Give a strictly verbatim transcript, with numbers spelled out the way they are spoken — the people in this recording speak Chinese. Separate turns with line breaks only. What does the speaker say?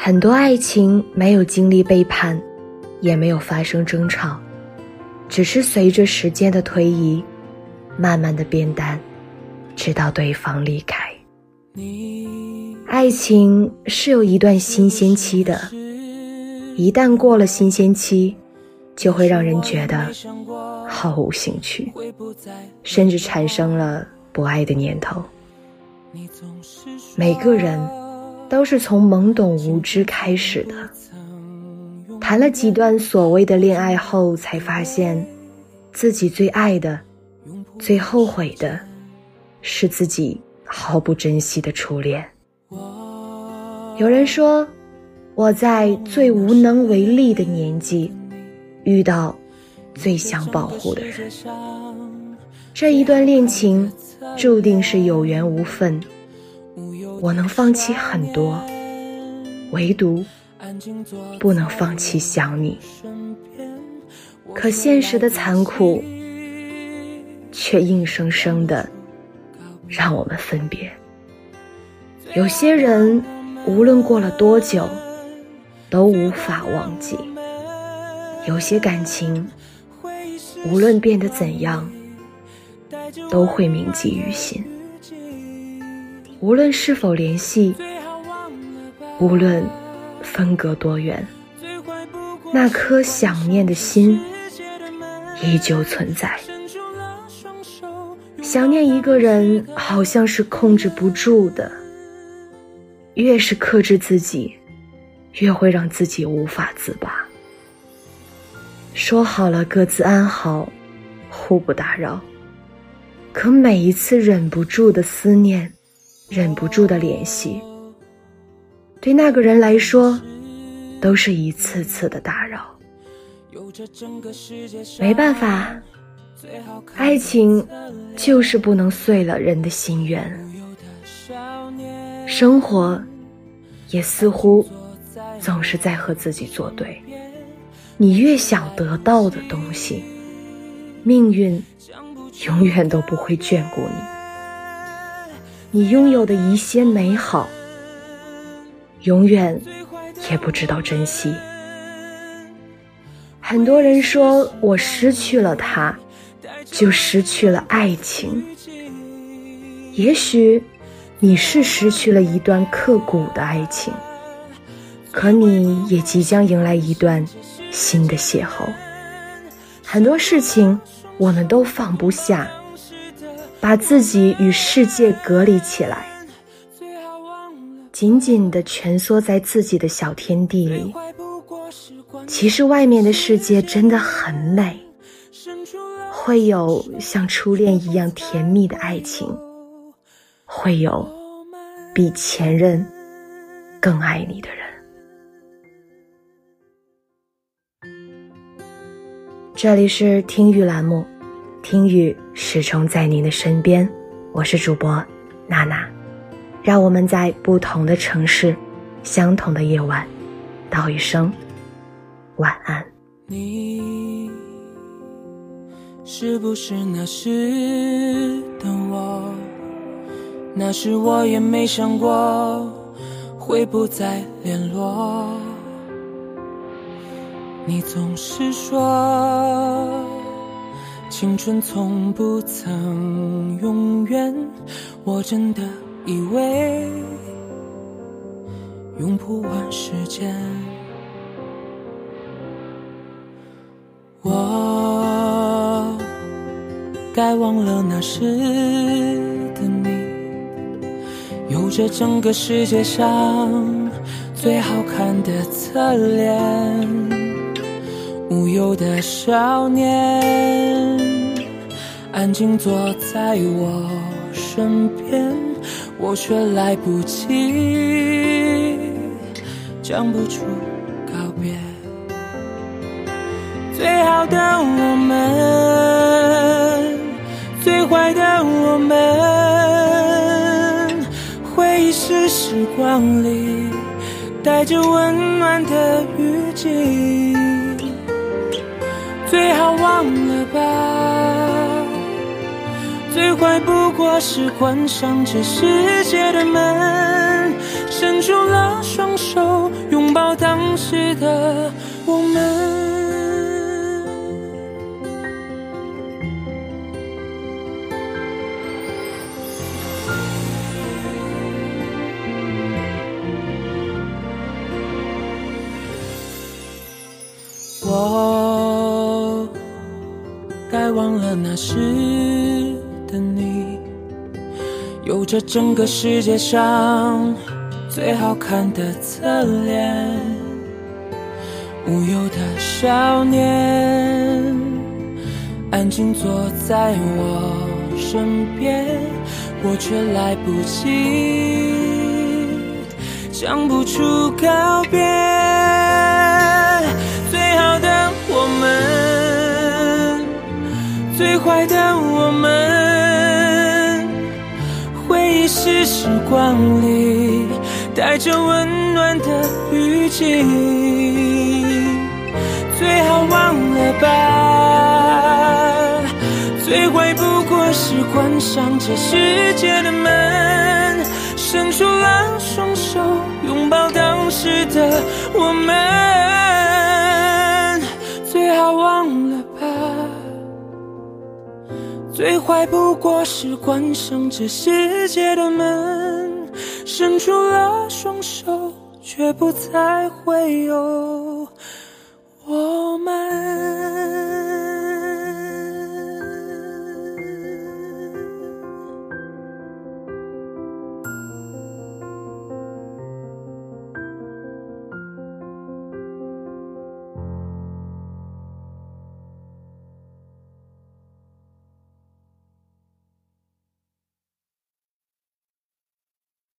很多爱情没有经历背叛，也没有发生争吵，只是随着时间的推移，慢慢的变淡，直到对方离开。爱情是有一段新鲜期的，一旦过了新鲜期，就会让人觉得毫无兴趣，甚至产生了不爱的念头。每个人都是从懵懂无知开始的，谈了几段所谓的恋爱后，才发现自己最爱的、最后悔的是自己毫不珍惜的初恋。有人说，我在最无能为力的年纪遇到最想保护的人，这一段恋情注定是有缘无分。我能放弃很多，唯独不能放弃想你。可现实的残酷却硬生生的让我们分别。有些人无论过了多久都无法忘记，有些感情无论变得怎样都会铭记于心。无论是否联系，无论分隔多远，那颗想念的心依旧存在。想念一个人好像是控制不住的，越是克制自己，越会让自己无法自拔。说好了各自安好，互不打扰，可每一次忍不住的思念，忍不住的联系，对那个人来说都是一次次的打扰。没办法，爱情就是不能碎了人的心愿。生活也似乎总是在和自己作对，你越想得到的东西，命运永远都不会眷顾你。你拥有的一些美好，永远也不知道珍惜。很多人说，我失去了他，就失去了爱情。也许你是失去了一段刻骨的爱情，可你也即将迎来一段新的邂逅。很多事情我们都放不下，把自己与世界隔离起来，紧紧地蜷缩在自己的小天地里。其实外面的世界真的很美，会有像初恋一样甜蜜的爱情，会有比前任更爱你的人。这里是听雨栏目，听雨始终在您的身边，我是主播娜娜。让我们在不同的城市，相同的夜晚，道一声晚安。
你是不是那时的我？那时我也没想过会不再联络。你总是说青春从不曾永远，我真的以为用不完时间。我该忘了那时的你，有着整个世界上最好看的侧脸，无忧的少年，安静坐在我身边，我却来不及讲不出告别。最好的我们，最坏的我们，回忆是时光里带着温暖的雨季。最好忘了吧，最坏不过是关上这世界的门， 伸出了双手，拥抱当时的我们。我该忘了那时的你，有着整个世界上最好看的侧脸，无忧的少年，安静坐在我身边，我却来不及讲不出告别。最好的我们，最坏的我们，回忆是时光里带着温暖的雨季，最好忘了吧，最坏不过是关上这世界的门，伸出了双手，拥抱当时的我们，最好忘了吧，最坏不过是关上这世界的门，伸出了双手，却不再会有